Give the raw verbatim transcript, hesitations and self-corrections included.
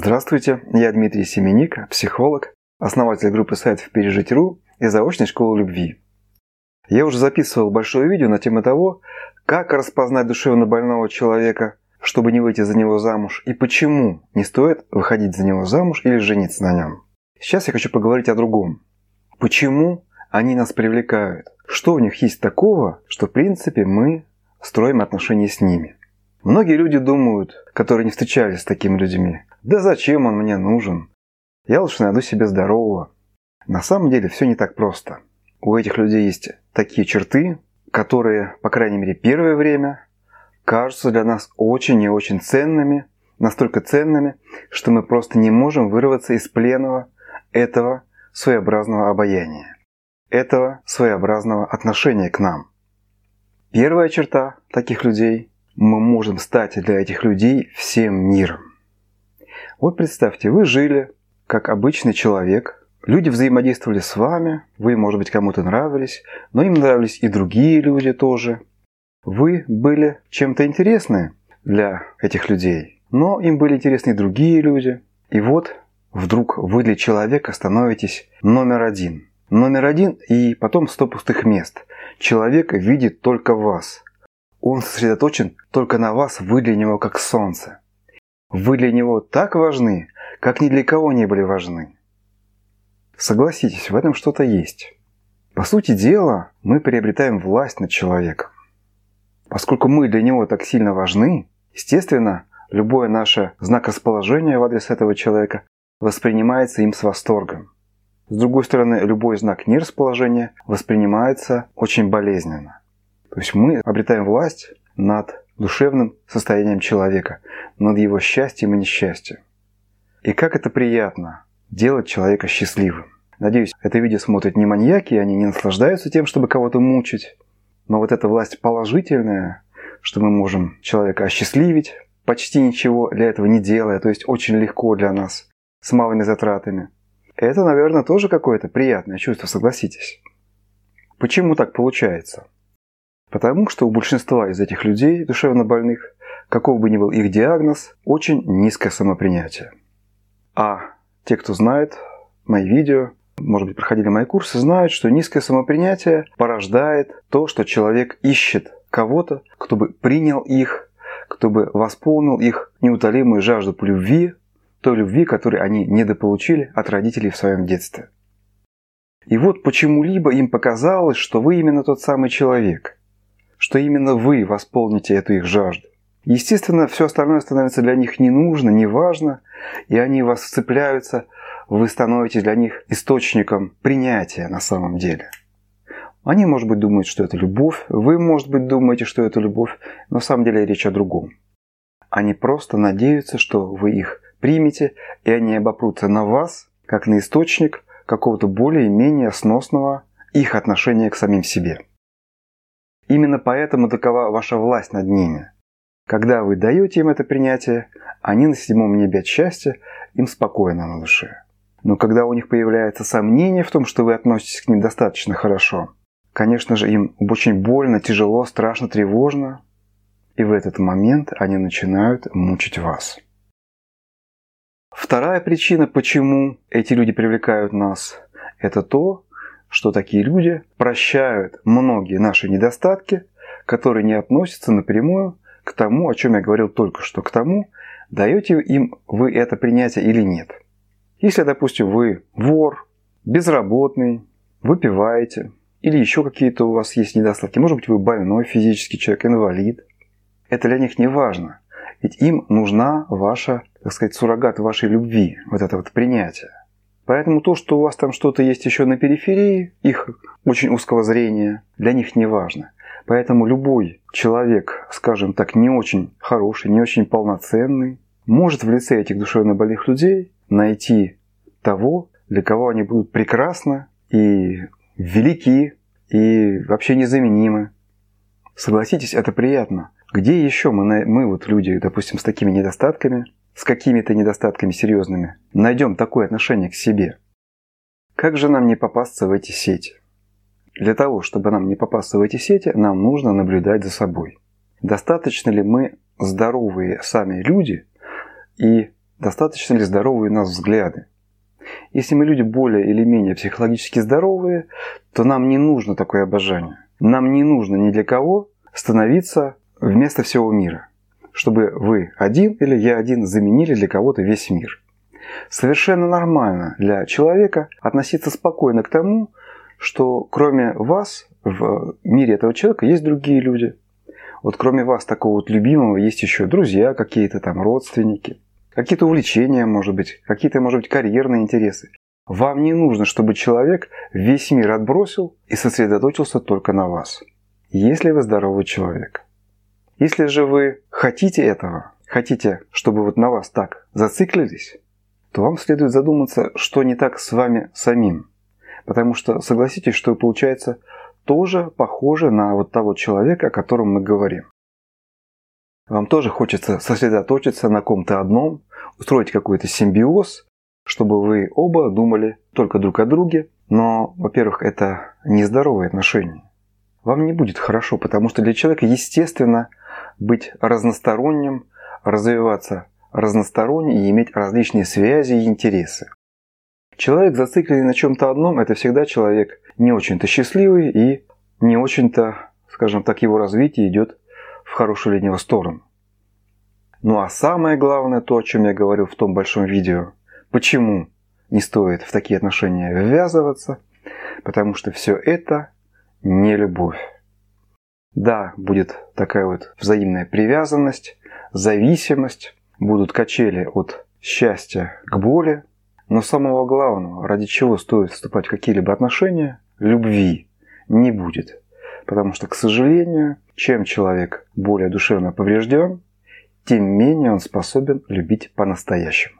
Здравствуйте, я Дмитрий Семеник, психолог, основатель группы сайтов «Пережить точка ру» и заочной школы любви. Я уже записывал большое видео на тему того, как распознать душевно больного человека, чтобы не выйти за него замуж, и почему не стоит выходить за него замуж или жениться на нем. Сейчас я хочу поговорить о другом. Почему они нас привлекают? Что в них есть такого, что в принципе мы строим отношения с ними? Многие люди думают, которые не встречались с такими людьми: да зачем он мне нужен? Я лучше найду себе здорового. На самом деле все не так просто. У этих людей есть такие черты, которые, по крайней мере, первое время кажутся для нас очень и очень ценными, настолько ценными, что мы просто не можем вырваться из плена этого своеобразного обаяния, этого своеобразного отношения к нам. Первая черта таких людей – мы можем стать для этих людей всем миром. Вот представьте, вы жили как обычный человек, люди взаимодействовали с вами, вы, может быть, кому-то нравились, но им нравились и другие люди тоже. Вы были чем-то интересны для этих людей, но им были интересны и другие люди. И вот вдруг вы для человека становитесь номер один. Номер один и потом сто пустых мест. Человек видит только вас. Он сосредоточен только на вас, вы для него как солнце. Вы для него так важны, как ни для кого не были важны. Согласитесь, в этом что-то есть. По сути дела, мы приобретаем власть над человеком. Поскольку мы для него так сильно важны, естественно, любое наше знак расположения в адрес этого человека воспринимается им с восторгом. С другой стороны, любой знак нерасположения воспринимается очень болезненно. То есть мы обретаем власть над душевным состоянием человека, над его счастьем и несчастьем. И как это приятно делать человека счастливым. Надеюсь, это видео смотрят не маньяки, и они не наслаждаются тем, чтобы кого-то мучить. Но вот эта власть положительная, что мы можем человека осчастливить, почти ничего для этого не делая, то есть очень легко для нас, с малыми затратами. Это, наверное, тоже какое-то приятное чувство, согласитесь. Почему так получается? Потому что у большинства из этих людей, душевно больных, каков бы ни был их диагноз, очень низкое самопринятие. А те, кто знает мои видео, может быть, проходили мои курсы, знают, что низкое самопринятие порождает то, что человек ищет кого-то, кто бы принял их, кто бы восполнил их неутолимую жажду по любви, той любви, которую они недополучили от родителей в своем детстве. И вот почему-либо им показалось, что вы именно тот самый человек, что именно вы восполните эту их жажду. Естественно, все остальное становится для них не нужно, не важно, и они в вас вцепляются, вы становитесь для них источником принятия на самом деле. Они, может быть, думают, что это любовь, вы, может быть, думаете, что это любовь, но на самом деле речь о другом. Они просто надеются, что вы их примете, и они обопрутся на вас, как на источник какого-то более-менее сносного их отношения к самим себе. Именно поэтому такова ваша власть над ними. Когда вы даете им это принятие, они на седьмом небе от счастья, им спокойно на душе. Но когда у них появляется сомнение в том, что вы относитесь к ним достаточно хорошо, конечно же, им очень больно, тяжело, страшно, тревожно, и в этот момент они начинают мучить вас. Вторая причина, почему эти люди привлекают нас, это то, что такие люди прощают многие наши недостатки, которые не относятся напрямую к тому, о чем я говорил только что, к тому, даете им вы это принятие или нет. Если, допустим, вы вор, безработный, выпиваете, или еще какие-то у вас есть недостатки, может быть, вы больной физический человек, инвалид, это для них не важно, ведь им нужна ваша, так сказать, суррогат вашей любви, вот это вот принятие. Поэтому то, что у вас там что-то есть еще на периферии, их очень узкого зрения, для них не важно. Поэтому любой человек, скажем так, не очень хороший, не очень полноценный, может в лице этих душевно больных людей найти того, для кого они будут прекрасны и велики, и вообще незаменимы. Согласитесь, это приятно. Где еще мы, мы вот люди, допустим, с такими недостатками, с какими-то недостатками серьезными, найдем такое отношение к себе? Как же нам не попасться в эти сети? Для того, чтобы нам не попасться в эти сети, нам нужно наблюдать за собой. Достаточно ли мы здоровые сами люди и достаточно ли здоровые у нас взгляды. Если мы люди более или менее психологически здоровые, то нам не нужно такое обожание. Нам не нужно ни для кого становиться вместо всего мира, чтобы вы один или я один заменили для кого-то весь мир. Совершенно нормально для человека относиться спокойно к тому, что кроме вас в мире этого человека есть другие люди. Вот кроме вас, такого вот любимого, есть еще друзья какие-то там, родственники, какие-то увлечения, может быть, какие-то, может быть, карьерные интересы. Вам не нужно, чтобы человек весь мир отбросил и сосредоточился только на вас, если вы здоровый человек. Если же вы хотите этого, хотите, чтобы вот на вас так зациклились, то вам следует задуматься, что не так с вами самим. Потому что согласитесь, что получается тоже похоже на вот того человека, о котором мы говорим. Вам тоже хочется сосредоточиться на ком-то одном, устроить какой-то симбиоз, чтобы вы оба думали только друг о друге. Но, во-первых, это нездоровые отношения. Вам не будет хорошо, потому что для человека естественно быть разносторонним, развиваться разносторонне и иметь различные связи и интересы. Человек, зацикленный на чем-то одном, это всегда человек не очень-то счастливый и не очень-то, скажем так, его развитие идет в хорошую для него сторону. Ну а самое главное, то, о чем я говорил в том большом видео, почему не стоит в такие отношения ввязываться, потому что все это не любовь. Да, будет такая вот взаимная привязанность, зависимость, будут качели от счастья к боли, но самого главного, ради чего стоит вступать в какие-либо отношения, любви не будет. Потому что, к сожалению, чем человек более душевно поврежден, тем менее он способен любить по-настоящему.